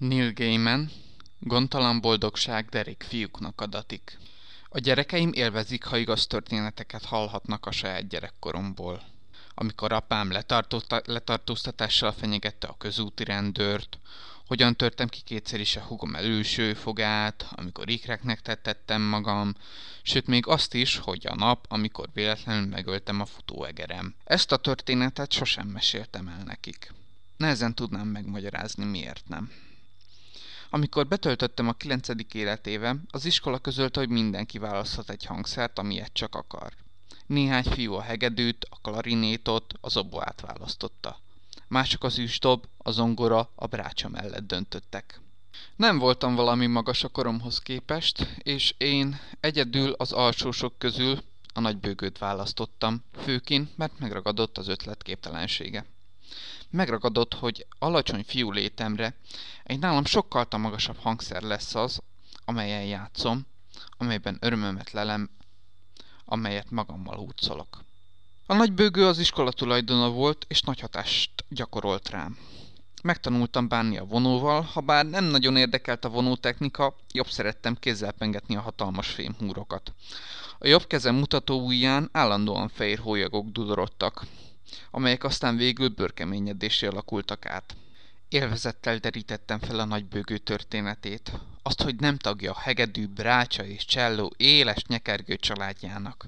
Neil Gaiman, Gondtalan boldogság derék fiúknak adatik. A gyerekeim élvezik, ha igaz történeteket hallhatnak a saját gyerekkoromból. Amikor apám letartóztatással fenyegette a közúti rendőrt, hogyan törtem ki kétszer is a húgom előső fogát, amikor ikreknek tettettem magam, sőt még azt is, hogy a nap, amikor véletlenül megöltem a futóegerem. Ezt a történetet sosem meséltem el nekik. Nehezen tudnám megmagyarázni, miért nem. Amikor betöltöttem a 9. életéve, az iskola közölte, hogy mindenki választhat egy hangszert, amilyet csak akar. Néhány fiú a hegedűt, a klarinétot, az oboát választotta. Mások az üsdob, a zongora, a brácsa mellett döntöttek. Nem voltam valami magas a koromhoz képest, és én egyedül az alsósok közül a nagybőgőt választottam, főként, mert megragadott az ötlet képtelensége. Megragadott, hogy alacsony fiú létemre egy nálam sokkal magasabb hangszer lesz az, amelyen játszom, amelyben örömömet lelem, amelyet magammal hurcolok. A nagybőgő az iskola tulajdona volt, és nagy hatást gyakorolt rám. Megtanultam bánni a vonóval, ha bár nem nagyon érdekelt a vonótechnika, jobb szerettem kézzel pengetni a hatalmas fémhúrokat. A jobb kezem mutató ujján állandóan fehér hólyagok dudorodtak, amelyek aztán végül bőrkeményedésé alakultak át. Élvezettel derítettem fel a nagybőgő történetét, azt, hogy nem tagja a hegedű, brácsa és cselló éles nyekergő családjának.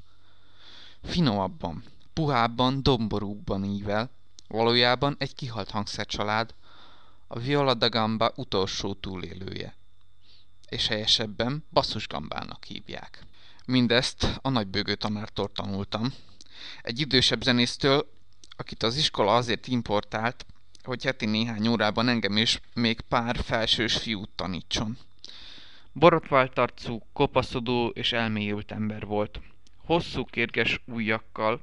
Finomabban, puhábban, domborúbban ível, valójában egy kihalt hangszercsalád, a viola da gamba utolsó túlélője. És helyesebben basszusgambának hívják. Mindezt a nagybőgő tanártól tanultam. Egy idősebb zenésztől, akit az iskola azért importált, hogy heti néhány órában engem is még pár felsős fiút tanítson. Borotvált arcú, kopaszodó és elmélyült ember volt. Hosszú kérges ujjakkal.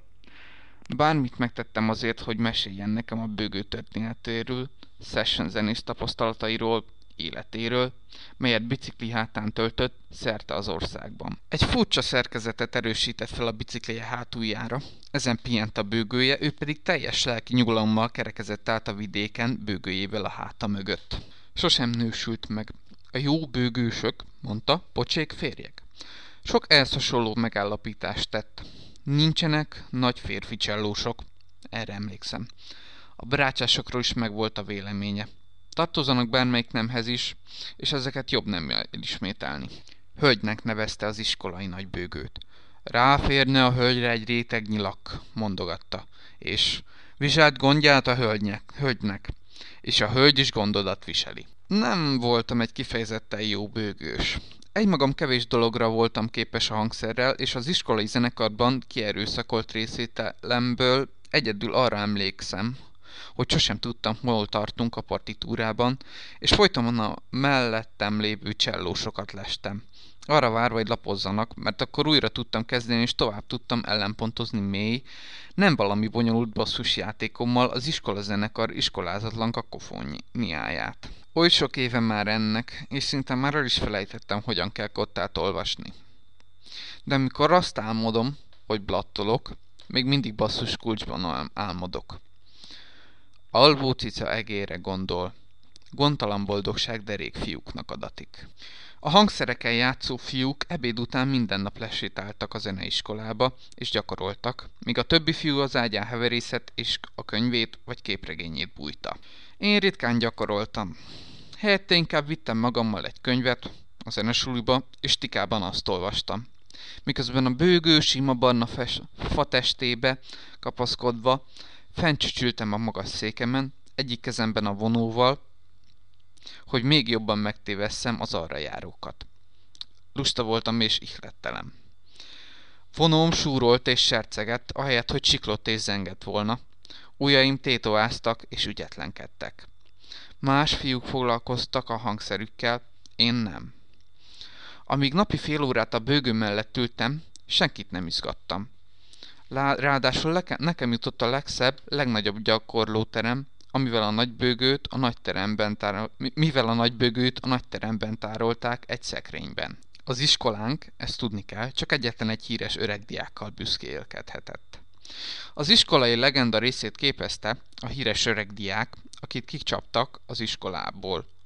Bármit megtettem azért, hogy meséljen nekem a bőgő történetéről, session zenész tapasztalatairól, életéről, melyet bicikli hátán töltött szerte az országban. Egy furcsa szerkezetet erősített fel a biciklije hátuljára, ezen pihent a bőgője, ő pedig teljes lelki nyugalommal kerekezett át a vidéken bőgőjével a háta mögött. Sosem nősült meg. A jó bőgősök, mondta, pocsék férjek. Sok ehhez hasonló megállapítást tett. Nincsenek nagy férfi csellósok, erre emlékszem. A brácsásokról is megvolt a véleménye. Tartozanak bármelyik nemhez is, és ezeket jobb nem elismételni. Hölgynek nevezte az iskolai nagybőgőt. Ráférne a hölgyre egy réteg nyilak, mondogatta, és viselt gondját a hölgynek, és a hölgy is gondodat viseli. Nem voltam egy kifejezetten jó bőgős. Egymagam kevés dologra voltam képes a hangszerrel, és az iskolai zenekarban kierőszakolt részvételemből egyedül arra emlékszem, hogy sosem tudtam, hol tartunk a partitúrában, és folyton a mellettem lévő csellósokat lestem. Arra várva, hogy lapozzanak, mert akkor újra tudtam kezdeni, és tovább tudtam ellenpontozni mély, nem valami bonyolult basszusjátékommal az iskolazenekar iskolázatlan kakofóniáját. Oly sok éve már ennek, és szinte már el is felejtettem, hogyan kell kottát olvasni. De amikor azt álmodom, hogy blattolok, még mindig basszus kulcsban álmodok. Alvó cica egére gondol. Gondtalan boldogság derék fiúknak adatik. A hangszereken játszó fiúk ebéd után minden nap lesétáltak a zeneiskolába, és gyakoroltak, míg a többi fiú az ágyán heverészett, és a könyvét vagy képregényét bújta. Én ritkán gyakoroltam. Helyette inkább vittem magammal egy könyvet a zenesuliba, és tikában azt olvastam. Miközben a bőgő, sima barna fatestébe kapaszkodva fenncsücsültem a magas székemen, egyik kezemben a vonóval, hogy még jobban megtévesszem az arra járókat. Lusta voltam és ihlettelem. Vonóm súrolt és sercegett, ahelyett, hogy siklott és zengett volna. Ujjaim tétováztak és ügyetlenkedtek. Más fiúk foglalkoztak a hangszerükkel, én nem. Amíg napi fél órát a bőgő mellett ültem, senkit nem izgattam. Ráadásul nekem jutott a legszebb, legnagyobb gyakorlóterem, mivel a nagybőgőt a nagyteremben tárolták egy szekrényben. Az iskolánk, ezt tudni kell, csak egyetlen egy híres öreg diákkal büszkélkedhetett. Az iskolai legenda részét képezte a híres öreg diák, akit kicsaptak az iskolából,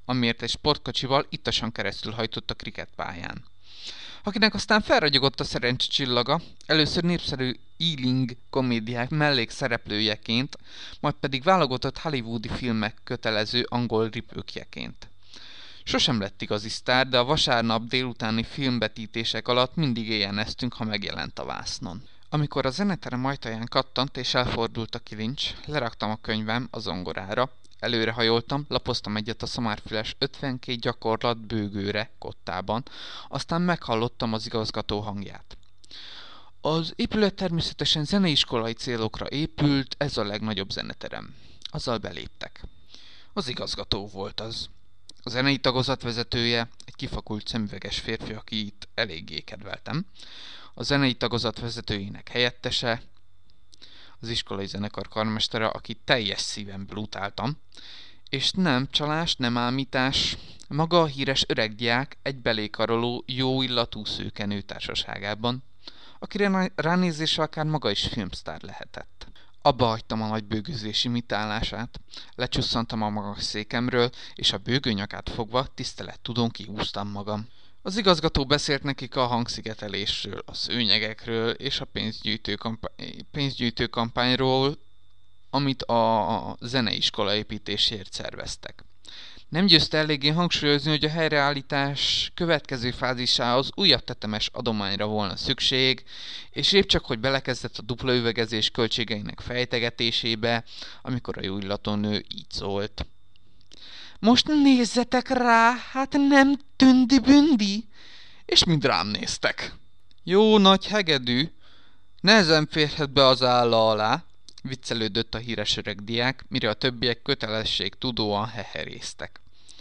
amiért egy sportkocsival ittasan keresztül hajtott a kriketpályán. Akinek aztán felragyogott a szerencse csillaga, először népszerű Ealing komédiák mellékszereplőjeként, majd pedig válogatott hollywoodi filmek kötelező angol ripőkjeként. Sosem lett igazi sztár, de a vasárnap délutáni filmbetítések alatt mindig éjjeneztünk, ha megjelent a vásznon. Amikor a zeneterem ajtaján kattant és elfordult a kilincs, leraktam a könyvem a zongorára, előrehajoltam, lapoztam egyet a szamárfüles 52 gyakorlat bőgőre kottában, aztán meghallottam az igazgató hangját. Az épület természetesen zeneiskolai célokra épült, ez a legnagyobb zeneterem. Azzal beléptek. Az igazgató volt az. A zenei tagozat vezetője, egy kifakult szemüveges férfi, akit eléggé kedveltem. A zenei tagozat vezetőjének helyettese, az iskolai zenekar karmestere, akit teljes szívemből utáltam, és nem csalás, nem ámítás, maga a híres öreg diák egy belékaroló, jó illatú szőkenő társaságában, akire ránézésre akár maga is filmsztár lehetett. Abba hagytam a nagy bőgőzés imitálását, lecsusszantam a magas székemről, és a bőgőnyakát fogva tisztelettudón kihúztam magam. Az igazgató beszélt nekik a hangszigetelésről, a szőnyegekről és a pénzgyűjtő kampányról, amit a zeneiskola építésért szerveztek. Nem győzte eléggé hangsúlyozni, hogy a helyreállítás következő fázisához újabb tetemes adományra volna szükség, és épp csak, hogy belekezdett a dupla üvegezés költségeinek fejtegetésébe, amikor a jó illatú nő így szólt. Most nézzetek rá, hát nem tündi-bündi? És mind rám néztek. Jó nagy hegedű, nehezen férhet be az álla alá, viccelődött a híres öreg diák, mire a többiek kötelességtudóan heheréztek.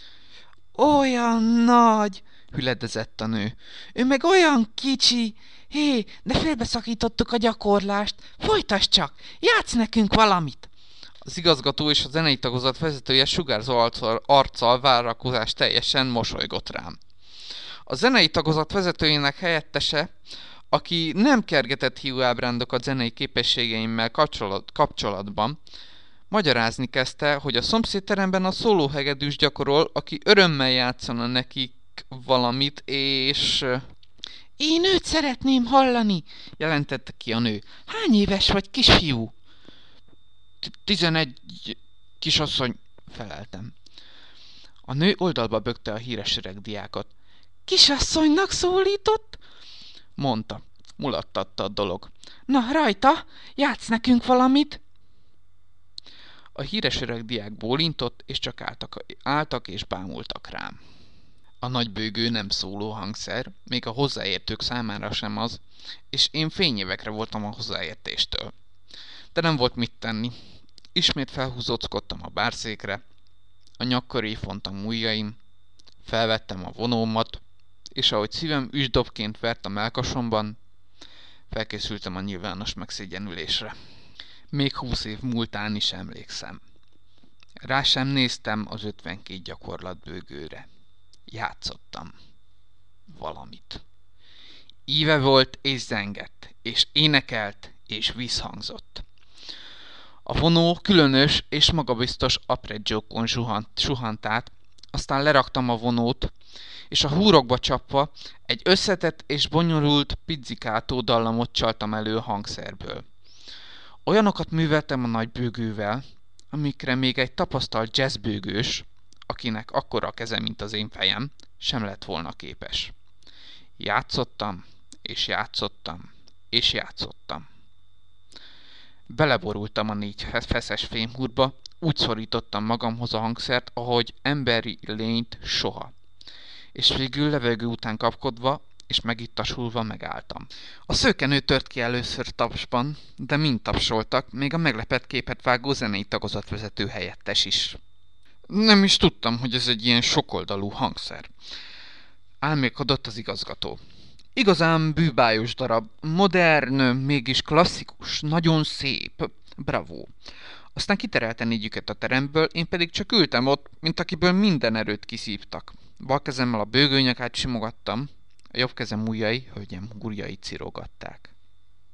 Olyan nagy, hüledezett a nő. Ő meg olyan kicsi. Hé, de félbeszakítottuk a gyakorlást. Folytasd csak, játsz nekünk valamit. Az igazgató és a zenei tagozat vezetője sugárzó arccal várakozás teljesen mosolygott rám. A zenei tagozat vezetőjének helyettese, aki nem kergetett hiúábrándokat zenei képességeimmel kapcsolatban, magyarázni kezdte, hogy a szomszédteremben a szólóhegedűs gyakorol, aki örömmel játszana nekik valamit, és... Én őt szeretném hallani, jelentette ki a nő. Hány éves vagy, kisfiú? 11, kisasszony, feleltem. A nő oldalba bökte a híres öreg diákot. Kisasszonynak szólított? Mondta. Mulattatta a dolog. Na, rajta, játsz nekünk valamit. A híres öreg diák bólintott, és csak álltak és bámultak rám. A nagybőgő nem szóló hangszer, még a hozzáértők számára sem az, és én fényévekre voltam a hozzáértéstől. De nem volt mit tenni. Ismét felhúzóckodtam a bárszékre, a nyak köré fontam ujjaim, felvettem a vonómat, és ahogy szívem üsdobként vert a mellkasomban, felkészültem a nyilvános megszégyenülésre. Még 20 év múltán is emlékszem. Rá sem néztem az 52 gyakorlatbőgőre. Játszottam valamit. Íve volt és zengett, és énekelt és visszhangzott. A vonó különös és magabiztos arpeggiókon suhant át, aztán leraktam a vonót, és a húrokba csapva egy összetett és bonyolult pizzikátó dallamot csaltam elő a hangszerből. Olyanokat műveltem a nagybőgővel, amikre még egy tapasztalt jazzbőgős, akinek akkora a keze, mint az én fejem, sem lett volna képes. Játszottam, és játszottam, és játszottam. Beleborultam a 4 feszes fémhúrba, úgy szorítottam magamhoz a hangszert, ahogy emberi lényt soha. És végül levegő után kapkodva, és megittasulva megálltam. A szőkenő tört ki először tapsban, de mind tapsoltak, még a meglepett képet vágó zenei tagozatvezető helyettes is. Nem is tudtam, hogy ez egy ilyen sokoldalú hangszer. Álmélkodott az igazgató. Igazán bűbájos darab, modern, mégis klasszikus, nagyon szép, bravo. Aztán kiterelte négyüket a teremből, én pedig csak ültem ott, mint akiből minden erőt kiszívtak. Bal kezemmel a bőgőnyakát simogattam, a jobb kezem ujjai, hölgyem gurjait cirogatták.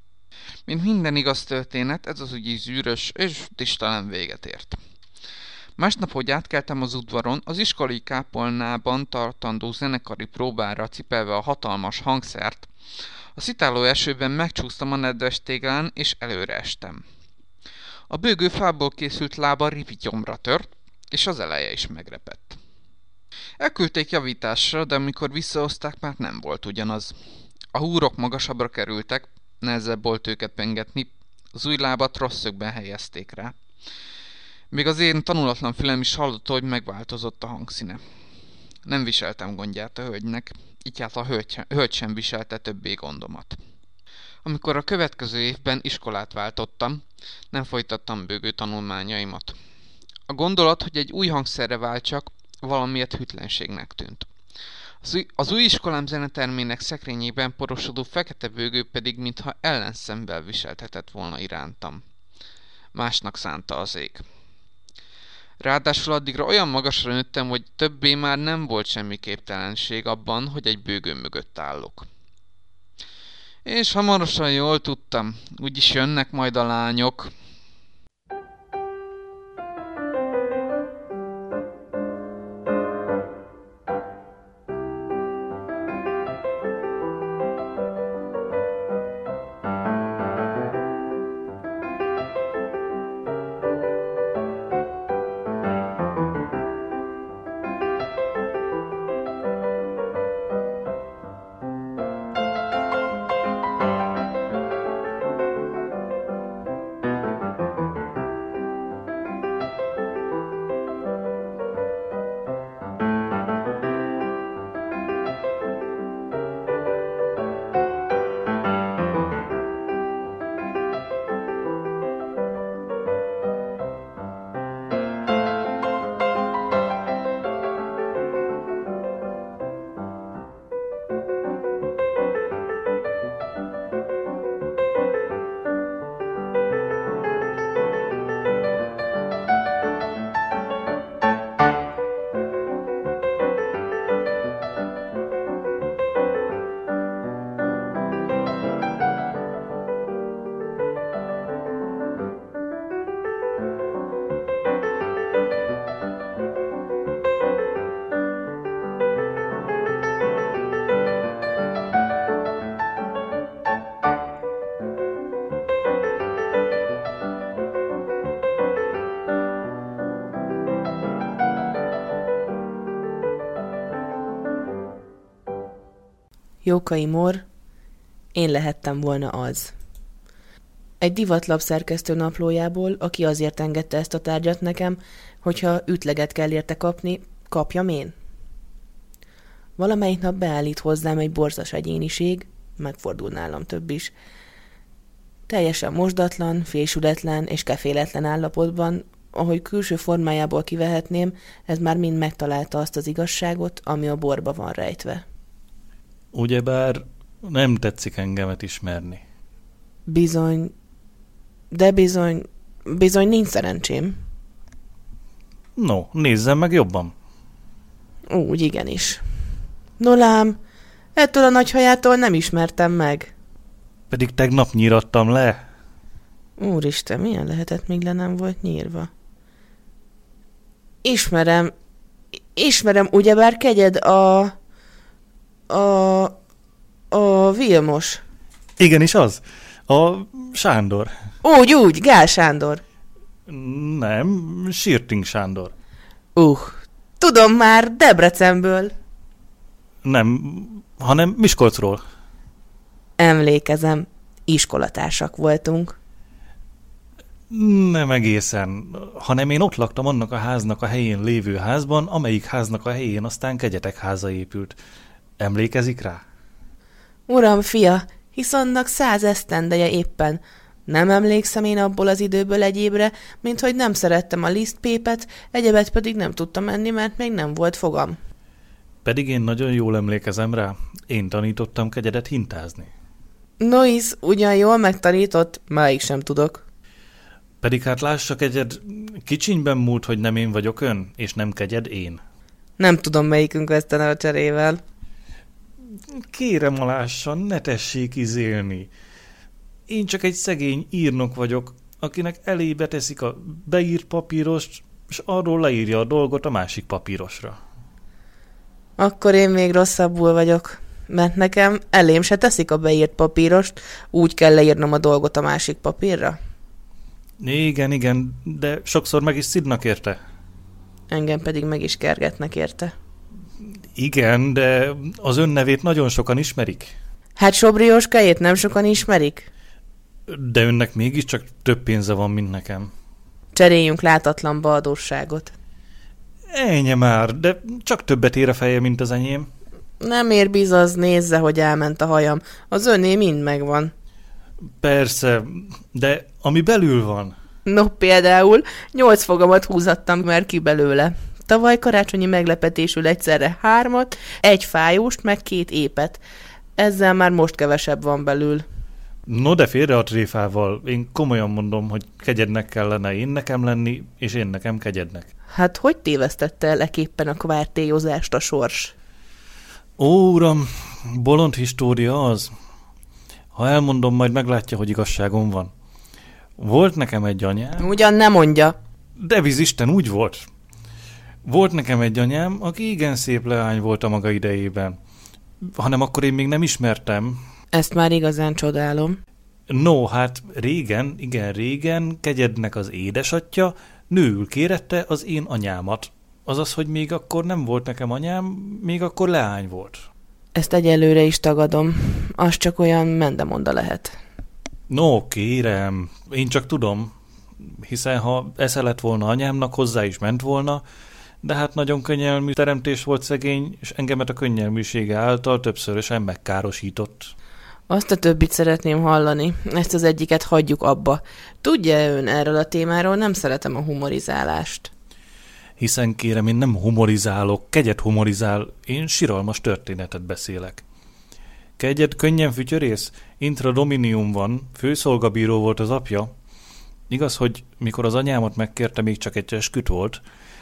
Mint minden igaz történet, ez az ügy is zűrös és tisztelen véget ért. Másnap, hogy átkeltem az udvaron, az iskolai kápolnában tartandó zenekari próbára cipelve a hatalmas hangszert, a szitáló esőben megcsúsztam a nedves téglán, és előre estem. A bőgő fából készült lába ripityomra tört, és az eleje is megrepett. Elküldték javításra, de amikor visszahozták, már nem volt ugyanaz. A húrok magasabbra kerültek, nehezebb volt őket pengetni, az új lábat rossz szögben helyezték rá. Még az én tanulatlan fülem is hallotta, hogy megváltozott a hangszíne. Nem viseltem gondját a hölgynek, így hát a hölgy sem viselte többé gondomat. Amikor a következő évben iskolát váltottam, nem folytattam bőgő tanulmányaimat. A gondolat, hogy egy új hangszerre váltsak, valamiért hűtlenségnek tűnt. Az új iskolám zenetermének szekrényében porosodó fekete bőgő pedig mintha ellenszemvel viseltetett volna irántam. Másnak szánta az ég. Ráadásul addigra olyan magasra nőttem, hogy többé már nem volt semmi képtelenség abban, hogy egy bőgő mögött állok. És hamarosan jól tudtam, úgyis jönnek majd a lányok. Jókai Mór, én lehettem volna az. Egy divatlap szerkesztő naplójából, aki azért engedte ezt a tárgyat nekem, hogyha ütleget kell érte kapni, kapjam én. Valamelyik nap beállít hozzám egy borzas egyéniség, megfordul nálam több is. Teljesen mosdatlan, fésületlen és keféletlen állapotban, ahogy külső formájából kivehetném, ez már mind megtalálta azt az igazságot, ami a borba van rejtve. Ugyebár nem tetszik engemet ismerni. Bizony, de bizony nincs szerencsém. No, nézzem meg jobban. Úgy, igenis. No lám, ettől a nagy hajától nem ismertem meg. Pedig tegnap nyírattam le. Úristen, milyen lehetett, míg le nem volt nyírva? Ismerem, ugyebár kegyed a Vilmos. Igenis az. A Sándor. Úgy, Gál Sándor. Nem, Sirting Sándor. Tudom már, Debrecenből. Nem, hanem Miskolcról. Emlékezem, iskolatársak voltunk. Nem egészen, hanem én ott laktam annak a háznak a helyén lévő házban, amelyik háznak a helyén aztán Kegyetek háza épült. Emlékezik rá? Uram, fia, hisz annak 100 esztendeje éppen. Nem emlékszem én abból az időből egyébre, mint hogy nem szerettem a lisztpépet, egyebet pedig nem tudtam enni, mert még nem volt fogam. Pedig én nagyon jól emlékezem rá. Én tanítottam Kegyedet hintázni. Nois, ugyan jól megtanított, máig sem tudok. Pedig hát lássa, Kegyed, kicsinyben múlt, hogy nem én vagyok ön, és nem Kegyed én. Nem tudom, melyikünk vesztene a cserével. Kérem alássan, ne tessék izélni. Én csak egy szegény írnok vagyok, akinek elébe teszik a beírt papírost, és arról leírja a dolgot a másik papírosra. Akkor én még rosszabbul vagyok, mert nekem elém se teszik a beírt papírost, úgy kell leírnom a dolgot a másik papírra? Igen, de sokszor meg is szidnak érte. Engem pedig meg is kergetnek érte. Igen, de az ön nevét nagyon sokan ismerik. Hát Sobrióskájét nem sokan ismerik? De önnek mégiscsak több pénze van, mint nekem. Cseréljünk látatlanba adósságot. Ennyi már, de csak többet ér a feje, mint az enyém. Nem ér bizaz, nézze, hogy elment a hajam. Az öné mind megvan. Persze, de ami belül van. No, például 8 fogamat húzattam már ki belőle. Tavaly karácsonyi meglepetésül egyszerre 3, 1 fájóst, meg 2 épet. Ezzel már most kevesebb van belül. No, de félre a tréfával. Én komolyan mondom, hogy kegyednek kellene én nekem lenni, és én nekem kegyednek. Hát hogy tévesztette el eképpen a kvártéjozást a sors? Ó, uram, bolond história az. Ha elmondom, majd meglátja, hogy igazságom van. Volt nekem egy anyám... Ugyan nem mondja. De vízisten, úgy volt. Volt nekem egy anyám, aki igen szép leány volt a maga idejében. Hanem akkor én még nem ismertem. Ezt már igazán csodálom. No, hát régen, igen régen, kegyednek az édesatja, nőül kérette az én anyámat. Azaz, hogy még akkor nem volt nekem anyám, még akkor leány volt. Ezt egyelőre is tagadom. Az csak olyan mendemonda lehet. No, kérem, én csak tudom, hiszen ha esze lett volna anyámnak, hozzá is ment volna, de hát nagyon könnyelmű teremtés volt szegény, és engemet a könnyelműsége által többszörösen megkárosított. Azt a többit szeretném hallani. Ezt az egyiket hagyjuk abba. Tudja ön erről a témáról? Nem szeretem a humorizálást. Hiszen kérem, én nem humorizálok, kegyed humorizál, én siralmas történetet beszélek. Kegyed könnyen fütyörész, intra dominium van, főszolgabíró volt az apja. Igaz, hogy mikor az anyámat megkérte, még csak egy esküt volt,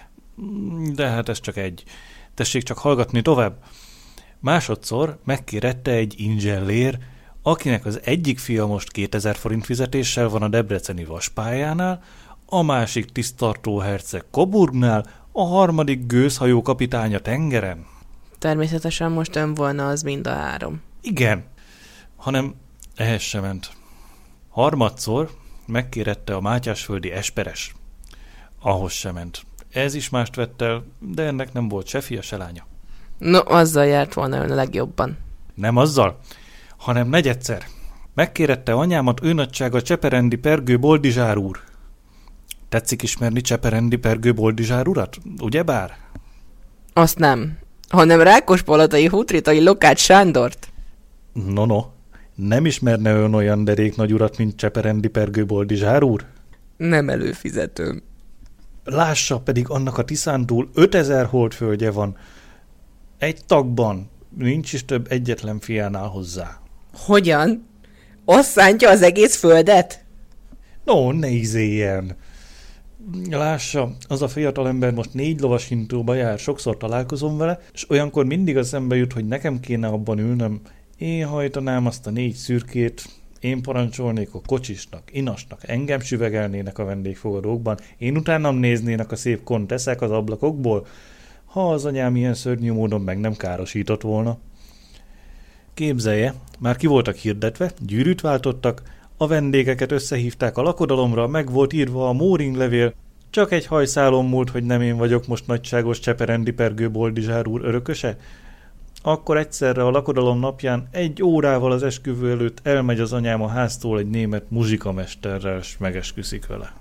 de hát ez csak egy. Tessék csak hallgatni tovább. Másodszor megkérette egy inzsellér, akinek az egyik fia most 2000 forint fizetéssel van a debreceni vaspályánál, a másik tiszttartó herceg Coburgnál, a harmadik gőzhajó kapitány a tengeren. Természetesen most ön volna az mind a 3. Igen, hanem ehhez sem ment. Harmadszor megkérette a mátyásföldi esperes. Ahhoz sem ment. Ez is mást vett el, de ennek nem volt se fia, se lánya. No, azzal járt volna ön a legjobban. Nem azzal, hanem negyedszer. Megkérette anyámat őnagysága Cseperendi Pergő Boldizsár úr. Tetszik ismerni Cseperendi Pergő Boldizsár urat, ugyebár? Azt nem, hanem Rákospalatai Hutritai Lokács Sándort. No, nem ismerne ön olyan derék nagy urat, mint Cseperendi Pergő Boldizsár úr? Nem előfizetőm. Lássa, pedig annak a Tiszántúl 5000 holdföldje van. Egy tagban, nincs is több egyetlen fiánál hozzá. Hogyan? Azt szántja az egész földet? No, ne izéljen. Lássa, az a fiatalember most 4 lovashintóba jár, sokszor találkozom vele, és olyankor mindig eszembe jut, hogy nekem kéne abban ülnöm. Én hajtanám azt a 4 szürkét, én parancsolnék a kocsisnak, inasnak, engem süvegelnének a vendégfogadókban, én utánam néznének a szép konteszek az ablakokból, ha az anyám ilyen szörnyű módon meg nem károsított volna. Képzelje, már ki voltak hirdetve, gyűrűt váltottak, a vendégeket összehívták a lakodalomra, meg volt írva a móringlevél, csak egy hajszálon múlt, hogy nem én vagyok most nagyságos Cseperendi Pergő Boldizsár úr örököse. Akkor egyszerre a lakodalom napján 1 órával az esküvő előtt elmegy az anyám a háztól egy német muzsikamesterrel, s megesküszik vele.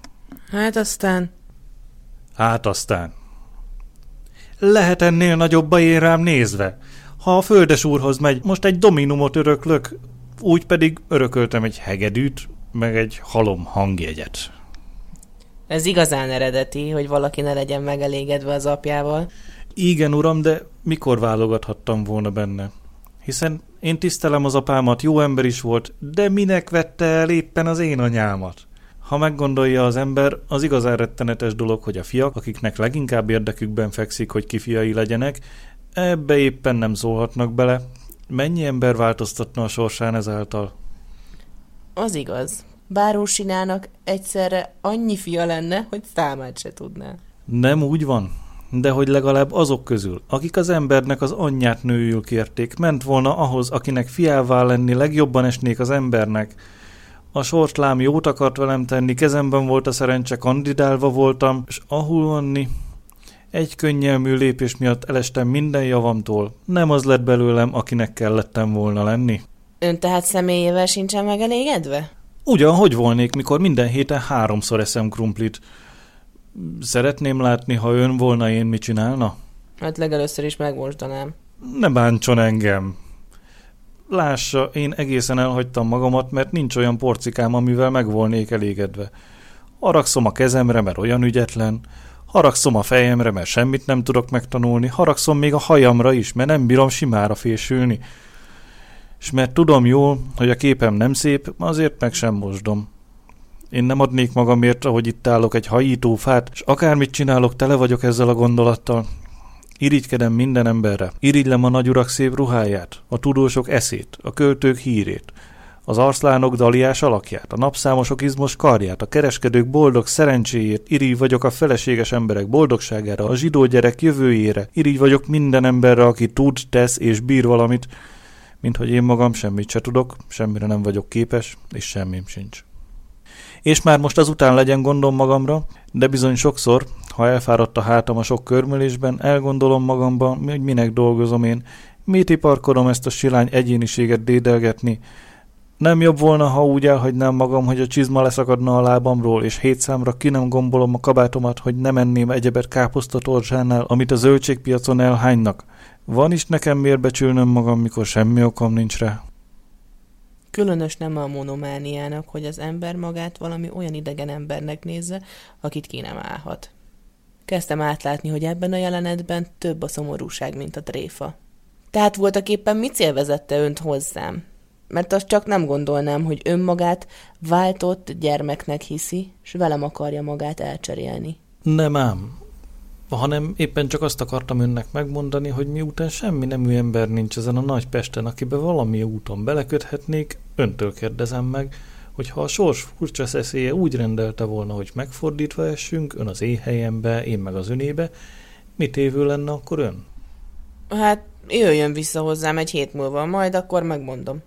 Hát aztán. Lehet ennél nagyobba én rám nézve. Ha a földes úrhoz megy, most egy dominumot öröklök, úgy pedig örököltem egy hegedűt, meg egy halom hangjegyet. Ez igazán eredeti, hogy valaki ne legyen megelégedve az apjával. Igen, uram, de mikor válogathattam volna benne? Hiszen én tisztelem az apámat, jó ember is volt, de minek vette el éppen az én anyámat? Ha meggondolja az ember, az igazán rettenetes dolog, hogy a fiak, akiknek leginkább érdekükben fekszik, hogy kifiai legyenek, ebbe éppen nem szólhatnak bele. Mennyi ember változtatna a sorsán ezáltal? Az igaz. Bárósinának egyszerre annyi fia lenne, hogy számát se tudná. Nem úgy van, de hogy legalább azok közül, akik az embernek az anyját nőül kérték, ment volna ahhoz, akinek fiává lenni legjobban esnék az embernek. A sorslám jót akart velem tenni, kezemben volt a szerencse, kandidálva voltam, és ahulvanni. Egy könnyelmű lépés miatt elestem minden javamtól. Nem az lett belőlem, akinek kellettem volna lenni. Ön tehát személyével sincsen megelégedve? Ugyan, hogy volnék, mikor minden héten 3-szor eszem krumplit. Szeretném látni, ha ön volna, én mit csinálna? Hát legelőször is megmosdanám. Ne bántson engem. Lássa, én egészen elhagytam magamat, mert nincs olyan porcikám, amivel meg volnék elégedve. Haragszom a kezemre, mert olyan ügyetlen. Haragszom a fejemre, mert semmit nem tudok megtanulni. Haragszom még a hajamra is, mert nem bírom simára fésülni. És mert tudom jól, hogy a képem nem szép, azért meg sem mosdom. Én nem adnék magamért, ahogy itt állok egy hajítófát, és akármit csinálok, tele vagyok ezzel a gondolattal. Irigykedem minden emberre. Irigylem a nagyurak szép ruháját, a tudósok eszét, a költők hírét, az arszlánok daliás alakját, a napszámosok izmos karját, a kereskedők boldog szerencséjét, irigy vagyok a feleséges emberek boldogságára, a zsidó gyerek jövőjére, irigy vagyok minden emberre, aki tud, tesz és bír valamit, minthogy én magam semmit se tudok, semmire nem vagyok képes, és semmim sincs. És már most azután legyen gondom magamra, de bizony sokszor, ha elfáradt a hátam a sok körmölésben, elgondolom magamban, hogy minek dolgozom én, mit iparkodom ezt a silány egyéniséget dédelgetni. Nem jobb volna, ha úgy elhagynám magam, hogy a csizma leszakadna a lábamról, és 7 számra ki nem gombolom a kabátomat, hogy nem enném egyebet káposztatorzsánál, amit a zöldségpiacon elhánynak. Van is nekem miért becsülnöm magam, mikor semmi okom nincs rá. Különös nem a monomániának, hogy az ember magát valami olyan idegen embernek nézze, akit ki nem állhat. Kezdtem átlátni, hogy ebben a jelenetben több a szomorúság, mint a tréfa. Tehát voltaképpen mi cél vezette önt hozzám? Mert azt csak nem gondolnám, hogy önmagát váltott gyermeknek hiszi, s velem akarja magát elcserélni. Nem ám, hanem éppen csak azt akartam önnek megmondani, hogy miután semmi nemű ember nincs ezen a nagy Pesten, akibe valami úton beleköthetnék, öntől kérdezem meg, hogy ha a sors furcsa szeszélye úgy rendelte volna, hogy megfordítva essünk, ön az én helyembe, én meg az önébe, mit évő lenne akkor ön? Hát jöjjön vissza hozzám egy hét múlva, majd akkor megmondom.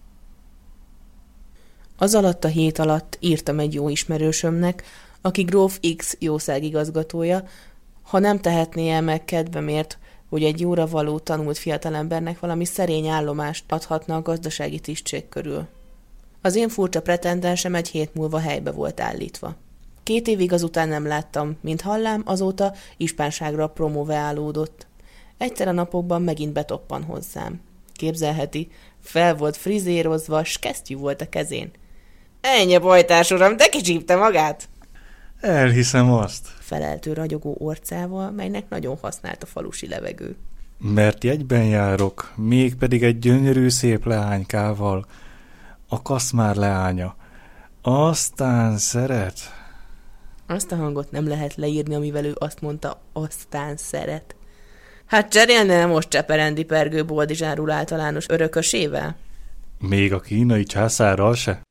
Az alatt a hét alatt írtam egy jó ismerősömnek, aki gróf X jószágigazgatója, ha nem tehetné el meg kedvemért, hogy egy jóra való tanult fiatalembernek valami szerény állomást adhatna a gazdasági tisztség körül. Az én furcsa pretendensem egy hét múlva helybe volt állítva. 2 évig azután nem láttam, mint hallám, azóta ispánságra promoválódott. Egyszer a napokban megint betoppan hozzám. Képzelheti, fel volt frizérozva, s kesztyű volt a kezén. Ennyi bajtás uram, de kicsípte magát! Elhiszem azt. Feleltő ragyogó orcával, melynek nagyon használt a falusi levegő. Mert jegyben járok, mégpedig egy gyönyörű szép leánykával, a kaszmár leánya. Aztán szeret. Azt a hangot nem lehet leírni, amivel ő azt mondta, aztán szeret. Hát cserélne most Cseperendi Pergő Boldizsárul általános örökösével? Még a kínai császárral se?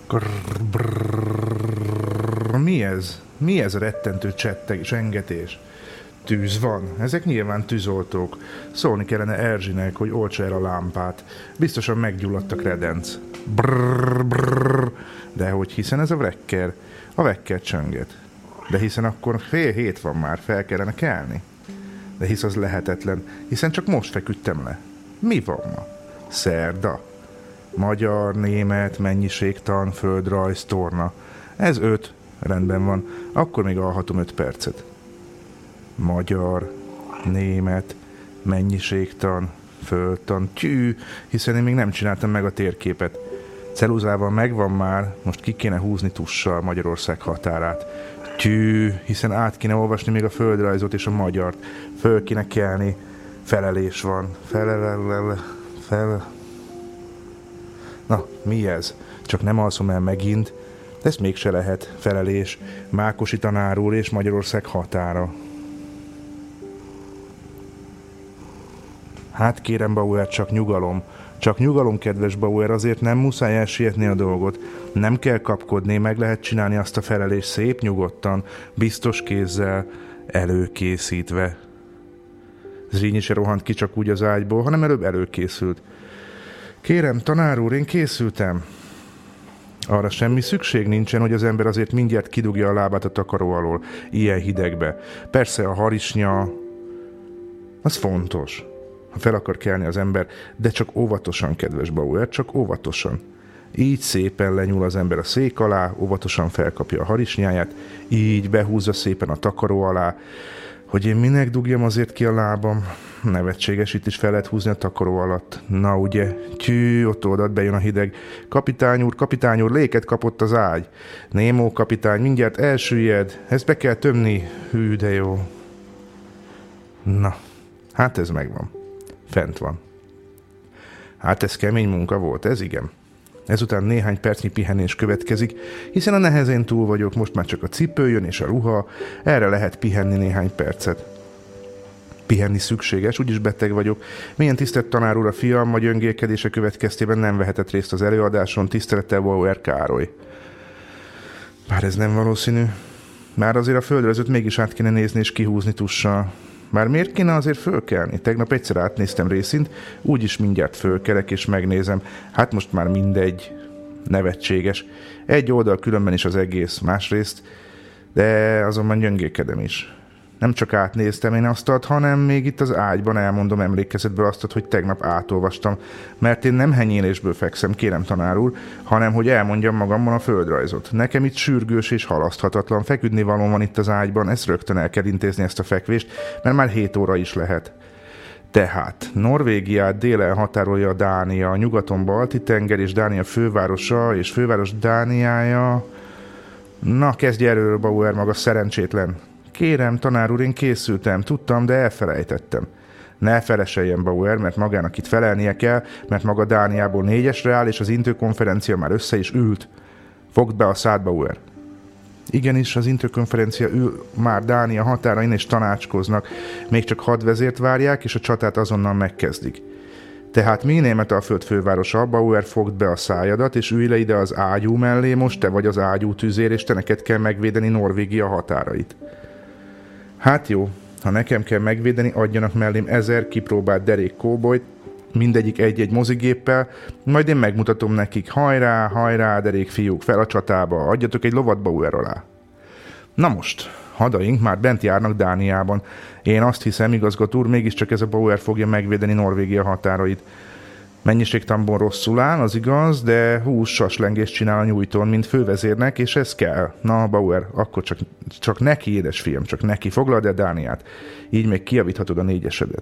Grrr, brrr, mi ez? Mi ez a rettentő csengetés? Tűz van. Ezek nyilván tűzoltók. Szólni kellene Erzsinek, hogy oltsa el a lámpát. Biztosan meggyulladt a kredenc. Brrr, brrr. De hogy hiszen ez a Wrecker? A Wrecker csönget. De hiszen akkor 6:30 van már, fel kellene kelni. De hisz az lehetetlen, hiszen csak most feküdtem le. Mi van ma? Szerda. Magyar, német, mennyiségtan, földrajz, torna. Ez 5. Rendben van. Akkor még alhatom 5 percet. Magyar, német, mennyiségtan, földtan, hiszen én még nem csináltam meg a térképet. Ceruzával megvan már, most ki kéne húzni tussal Magyarország határát. Hiszen át kéne olvasni még a földrajzot és a magyart. Föl kéne kelni, felelés van. Na, mi ez? Csak nem alszom el megint, de ezt mégse lehet. Felelés, Mákosi tanár úr és Magyarország határa. Hát kérem, Bauer, csak nyugalom. Csak nyugalom, kedves Bauer, azért nem muszáj elsietni a dolgot. Nem kell kapkodni, meg lehet csinálni azt a felelést szép nyugodtan, biztos kézzel, előkészítve. Zrínyi se rohant ki csak úgy az ágyból, hanem előbb előkészült. Kérem, tanár úr, én készültem. Arra semmi szükség nincsen, hogy az ember azért mindjárt kidugja a lábát a takaró alól, ilyen hidegbe. Persze a harisnya, az fontos, ha fel akar kelni az ember, de csak óvatosan, kedves Bauer, csak óvatosan. Így szépen lenyúl az ember a szék alá, óvatosan felkapja a harisnyáját, így behúzza szépen a takaró alá, hogy én minek dugjam azért ki a lábam. Nevetséges, itt is fel lehet húzni a takaró alatt. Na ugye, ott oldalt bejön a hideg. Kapitány úr, léket kapott az ágy. Némó kapitány, mindjárt elsüllyed, ezt be kell tömni. Hű, de jó. Na, hát ez megvan. Fent van. Hát ez kemény munka volt, ez igen. Ezután néhány percnyi pihenés következik, hiszen a nehezén túl vagyok, most már csak a cipő jön és a ruha, erre lehet pihenni néhány percet. Pihenni szükséges, úgyis beteg vagyok. Milyen tisztelt tanár úr, a fiam a gyöngélkedése következtében nem vehetett részt az előadáson, tisztelettel Bauer Károly. Bár ez nem valószínű. Már azért a földrajzot mégis át kéne nézni és kihúzni tussal. Már miért kéne azért fölkelni? Tegnap egyszer átnéztem részint, úgyis mindjárt fölkelek és megnézem. Hát most már mindegy. Nevetséges. Egy oldal különben is az egész, másrészt, de azonban gyöngélkedem is. Nem csak átnéztem én azt, hanem még itt az ágyban elmondom emlékezetből azt, hogy tegnap átolvastam, mert én nem henyélésből fekszem, kérem tanár úr, hanem hogy elmondjam magamban a földrajzot. Nekem itt sürgős és halaszthatatlan, feküdni való van itt az ágyban, ezt rögtön el kell intézni ezt a fekvést, mert már 7 óra is lehet. Tehát Norvégiát délen határolja Dánia, a nyugaton Balti-tenger és Dánia fővárosa, és főváros Dániája... Na, kezdj erről, Bauer, maga szerencsétlen. Kérem, tanár úr, én készültem, tudtam, de elfelejtettem. Ne feleseljen, Bauer, mert magának itt felelnie kell, mert maga Dániából 4-esre áll, és az intőkonferencia már össze is ült. Fogd be a szád, Bauer. Igenis, az intőkonferencia ül már Dánia határain, és tanácskoznak. Még csak hadvezért várják, és a csatát azonnal megkezdik. Tehát mi német a föld fővárosa, Bauer, fogd be a szájadat, és ülj le ide az ágyú mellé most, te vagy az ágyú tüzér, és te neked kell megvédeni Norvégia határait. Hát jó, ha nekem kell megvédeni, adjanak mellém 1000 kipróbált derék kóbolyt, mindegyik egy-egy mozigéppel, majd én megmutatom nekik, hajrá, derék fiúk, fel a csatába, adjatok egy lovat Bauer alá. Na most, hadaink már bent járnak Dániában. Én azt hiszem, igazgató úr, mégiscsak ez a Bauer fogja megvédeni Norvégia határait. Mennyiségtamban rosszul áll, az igaz, de saslengést csinál a nyújtón, mint fővezérnek, és ez kell. Na, Bauer, akkor csak neki, édesfiam, csak neki, foglald el Dániát. Így még kijavíthatod a 4-esedet.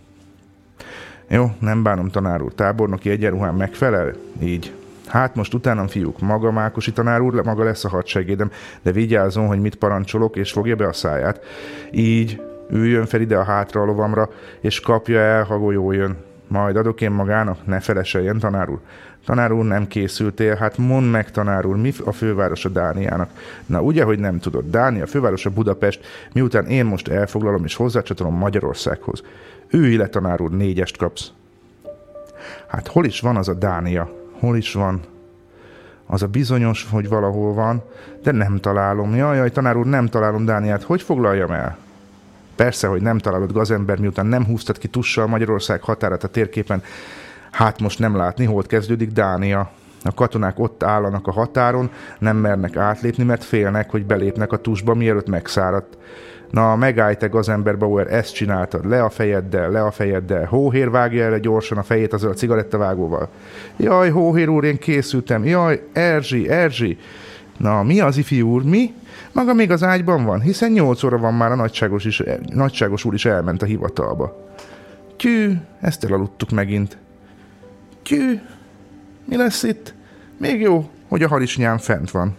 Jó, nem bánom, tanár úr, tábornoki egyenruhám megfelel? Így. Hát most utánam, fiúk, maga Mákosi tanár úr, maga lesz a hadsegédem, de vigyázzon, hogy mit parancsolok, és fogja be a száját. Így, üljön fel ide a hátra a lovamra, és kapja el, ha golyó jön. Majd adok én magának, ne feleseljen, tanár úr. Tanár úr, nem készültél? Hát mondd meg, tanár úr, mi a fővárosa Dániának? Na, ugye, hogy nem tudod. Dánia fővárosa Budapest, miután én most elfoglalom és hozzácsatolom Magyarországhoz. Ülj le, tanár úr, 4-est kapsz. Hát hol is van az a Dánia? Hol is van? Az a bizonyos, hogy valahol van, de nem találom. Jaj, tanár úr, nem találom Dániát. Hogy foglaljam el? Persze, hogy nem találod, gazember, miután nem húztad ki tussal Magyarország határát a térképen. Hát most nem látni, hol kezdődik Dánia. A katonák ott állanak a határon, nem mernek átlépni, mert félnek, hogy belépnek a tusba, mielőtt megszáradt. Na, megállj te, gazember Bauer, ezt csináltad. Le a fejeddel. Hóhér vágja erre gyorsan a fejét azzal a cigarettavágóval. Jaj, Hóhér úr, én készültem. Jaj, Erzsi. Na, mi az, ifjú úr, mi? Maga még az ágyban van, hiszen 8 óra van már, a nagyságos úr is elment a hivatalba. Tyű, ezt elaludtuk megint. Tyű, mi lesz itt? Még jó, hogy a harisnyám fent van.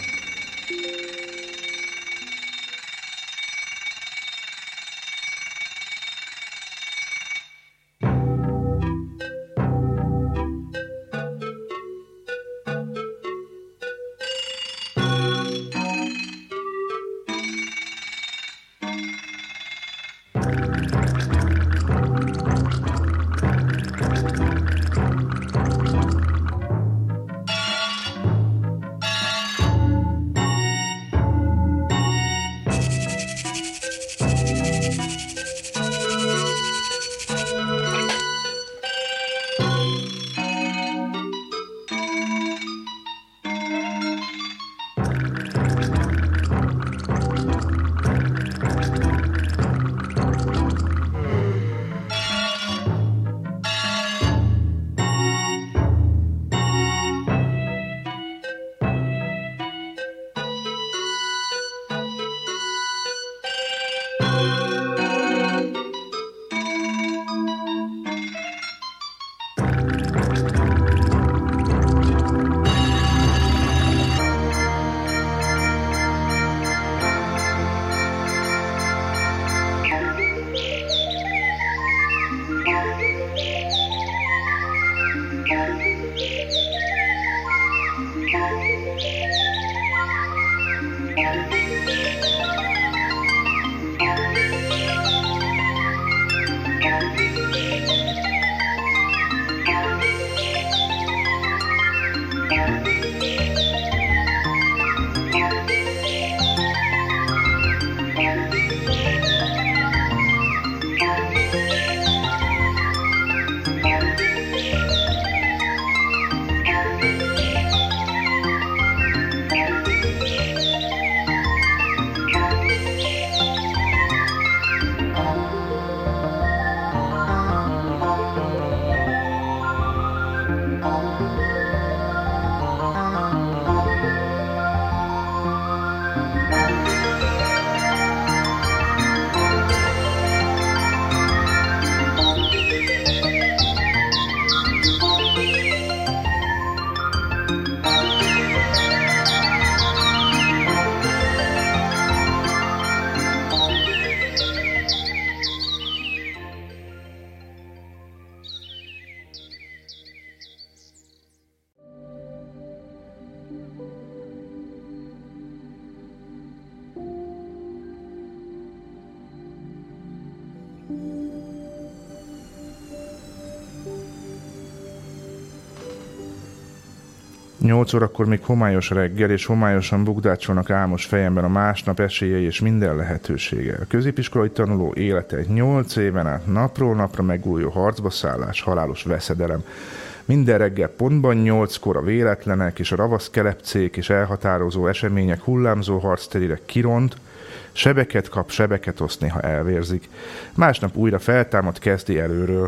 Nyolc órakor még homályos reggel, és homályosan bugdácsolnak álmos fejemben a másnap esélyei és minden lehetősége. A középiskolai tanuló élete 8 éven át napról napra megújuló harcba szállás, halálos veszedelem. Minden reggel pontban 8-kor a véletlenek és a ravasz kelepcék és elhatározó események hullámzó harcterére kiront, sebeket kap, sebeket oszt, néha elvérzik. Másnap újra feltámad, kezdi előről.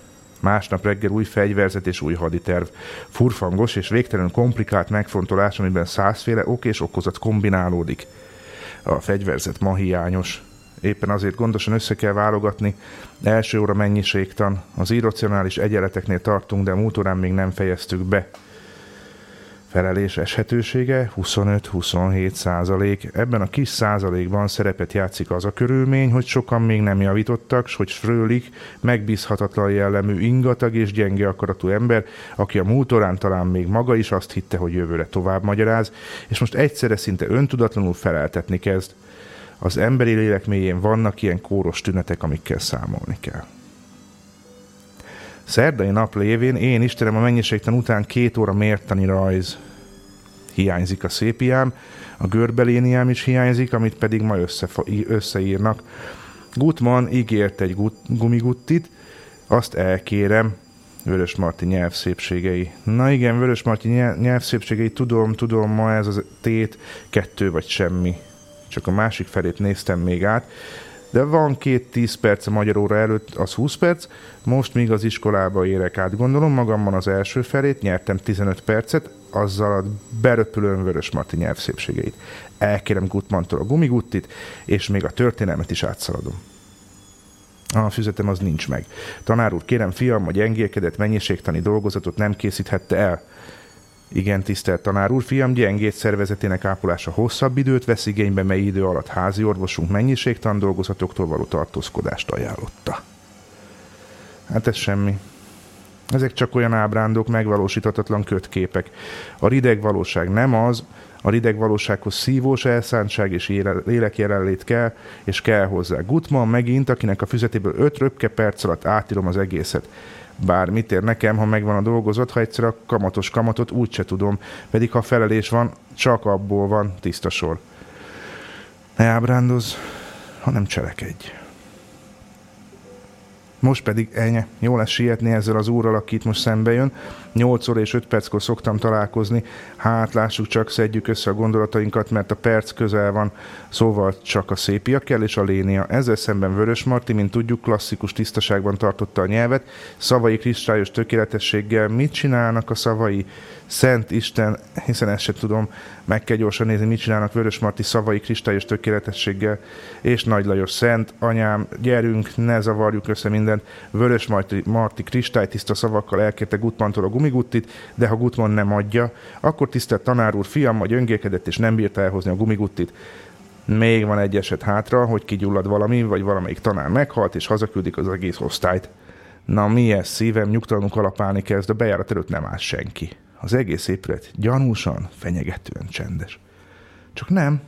Másnap reggel új fegyverzet és új haditerv. Furfangos és végtelenül komplikált megfontolás, amiben 100-féle ok és okozat kombinálódik. A fegyverzet ma hiányos. Éppen azért gondosan össze kell válogatni. Első óra mennyiségtan. Az irracionális egyenleteknél tartunk, de múlt órán még nem fejeztük be. Felelés eshetősége 25-27%. Ebben a kis százalékban szerepet játszik az a körülmény, hogy sokan még nem javítottak, s hogy Fröhlich megbízhatatlan jellemű, ingatag és gyenge akaratú ember, aki a múlt órán talán még maga is azt hitte, hogy jövőre tovább magyaráz, és most egyszerre szinte öntudatlanul feleltetni kezd. Az emberi lélek mélyén vannak ilyen kóros tünetek, amikkel számolni kell. Szerdai nap lévén én, Istenem, a mennyiségtan után 2 óra mértani rajz. hiányzik a szépiám, a görbeléniám is hiányzik, amit pedig ma összeírnak. Gutmann ígért egy gumiguttit, azt elkérem, Vörösmarty nyelvszépségei. Na igen, Vörösmarty nyelvszépségei, tudom, ma ez az tét, 2 vagy semmi. Csak a másik felét néztem még át. De van 2-10 perc a magyar óra előtt, az 20 perc, most még az iskolába érek át. Gondolom magamban az első felét, nyertem 15 percet, azzal beröpülöm Vörösmarty nyelvszépségeit. Elkérem Gutmanntól a gumiguttit, és még a történelmet is átszaladom. A füzetem az nincs meg. Tanár úr, kérem fiam, a gyengélkedett mennyiségtani dolgozatot nem készíthette el. Igen, tisztelt tanár úr, fiam gyengét szervezetének ápolása hosszabb időt vesz igénybe, mely idő alatt házi orvosunk mennyiségtan dolgozatoktól való tartózkodást ajánlotta. Hát ez semmi. Ezek csak olyan ábrándok, megvalósíthatatlan kötképek. A rideg valóság nem az, a rideg valósághoz szívós elszántság és lélek jelenlét kell, és kell hozzá. Gutmann megint, akinek a füzetéből 5 röpke perc alatt átírom az egészet. Bár mit ér nekem, ha megvan a dolgozat, ha egyszer a kamatot úgyse tudom, pedig ha felelés van, csak abból van tiszta sor. Ne ábrándozz, hanem cselekedj. Most pedig ennyi, jó lesz sietni ezzel az úrral, aki itt most szembe jön. 8 óra és 5 perckor szoktam találkozni. Hát lássuk csak, szedjük össze a gondolatainkat, mert a perc közel van, szóval csak a szépia kell és a lénia. Ezzel szemben Vörösmarty, mint tudjuk, klasszikus tisztaságban tartotta a nyelvet. Szavai kristályos tökéletességgel. Mit csinálnak a szavai? Szent Isten, hiszen ezt se tudom, meg kell gyorsan nézni, mit csinálnak Vörösmarty szavai kristályos tökéletességgel. És Nagy Lajos, Szent Anyám, gyerünk, ne zavarjuk össze mindent. Vörösmarty kristálytiszta szavakkal elkérte Gutmanntól a gumiguttit, de ha Gutmann nem adja, akkor tisztelt tanár úr, fiam ma gyöngélkedett és nem bírta elhozni a gumiguttit. Még van egy eset hátra, hogy kigyullad valami, vagy valamelyik tanár meghalt, és hazaküldik az egész osztályt. Na mi ez, szívem nyugtalanul kalapálni kezd, a bejárat előtt nem áll senki. Az egész épület gyanúsan, fenyegetően csendes. Csak nem,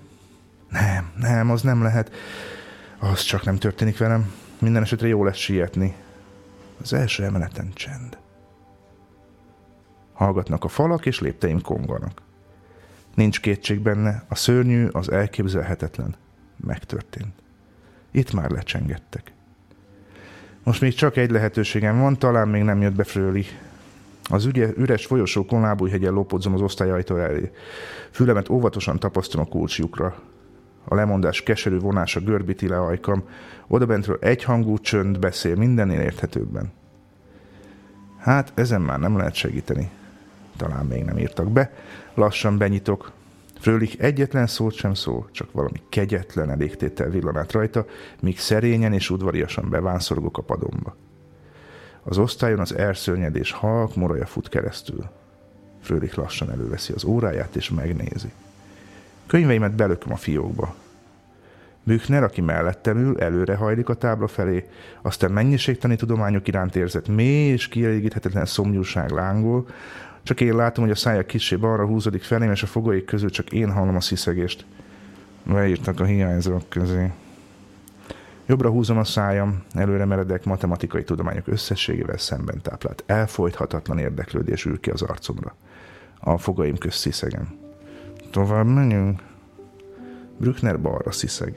az nem lehet. Az csak nem történik velem. Minden esetre jó lesz sietni. Az első emeleten csend. Hallgatnak a falak, és lépteim konganak. Nincs kétség benne, a szörnyű, az elképzelhetetlen megtörtént. Itt már lecsengettek. Most még csak egy lehetőségem van, talán még nem jött be Fröli. Az üres folyosókon lábújhegyen lópodzom az osztályajtó elé. Fülemet óvatosan tapasztom a kulcsjukra. A lemondás keserű vonása görbíti le ajkam. Odabentről egyhangú csönd beszél mindennél érthetőbben. Hát ezen már nem lehet segíteni. Talán még nem írtak be. Lassan benyitok. Frölich egyetlen szót sem szól, csak valami kegyetlen elégtétel villan át rajta, míg szerényen és udvariasan bevánszorgok a padomba. Az osztályon az elszörnyedés halk moraja fut keresztül. Frölich lassan előveszi az óráját és megnézi. Könyveimet belököm a fiókba. Büchner, aki mellettem ül, előrehajlik a tábla felé, aztán mennyiségtani tudományok iránt érzett mély és kielégíthetetlen szomjúság lángol, csak én látom, hogy a szája kissé balra húzódik felém, és a fogaik közül csak én hallom a sziszegést. Beírtak a hiányzók közé. Jobbra húzom a szájam, előre meredek, matematikai tudományok összességével szemben táplált. Elfolythatatlan érdeklődés ül ki az arcomra. A fogaim közt sziszegem. Tovább menjünk? Büchner balra sziszeg.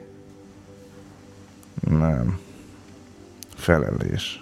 Nem. Felelés.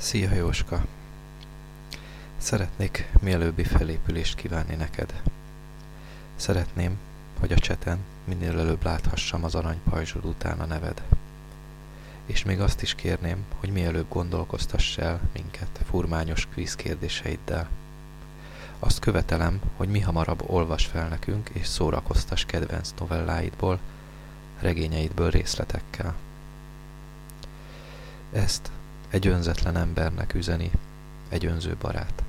Szia Jóska! Szeretnék mielőbbi felépülést kívánni neked. Szeretném, hogy a cseten minél előbb láthassam az aranypajzsod után a neved. És még azt is kérném, hogy mielőbb gondolkoztass el minket furmányos kvíz kérdéseiddel. Azt követelem, hogy mihamarabb olvasd fel nekünk és szórakoztass kedvenc novelláidból, regényeidből részletekkel. Ezt egy önzetlen embernek üzeni egy önző barát.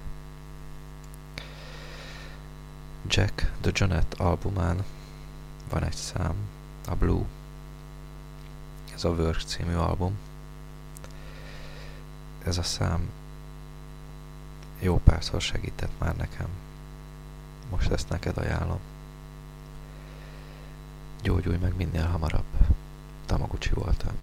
Jack DeJohnette albumán van egy szám, a Blue. Ez a Work című album. Ez a szám jó párszor segített már nekem. Most ezt neked ajánlom. Gyógyulj meg minél hamarabb. Tamaguchi voltam.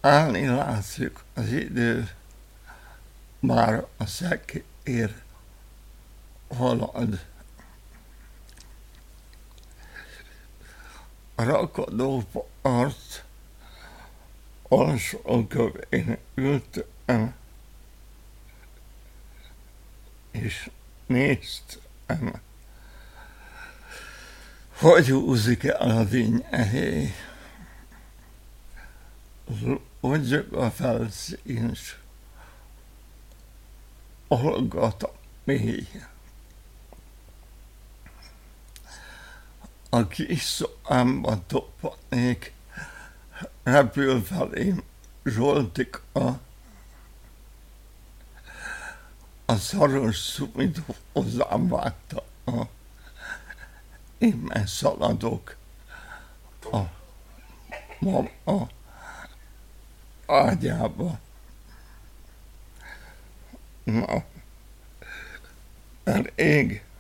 Állni látszik az idő, már a szekér halad. A rakadó part alsó kövén ültem, és néztem, hogy húzik el a dinnyehé. Lógyog a felszín, s hallgat a mély. A kis szobámba toppanék, repül felém Zsoltika. A szaros szumit hozzám vágta. Én megszaladok a mama ágyába. Na, elég.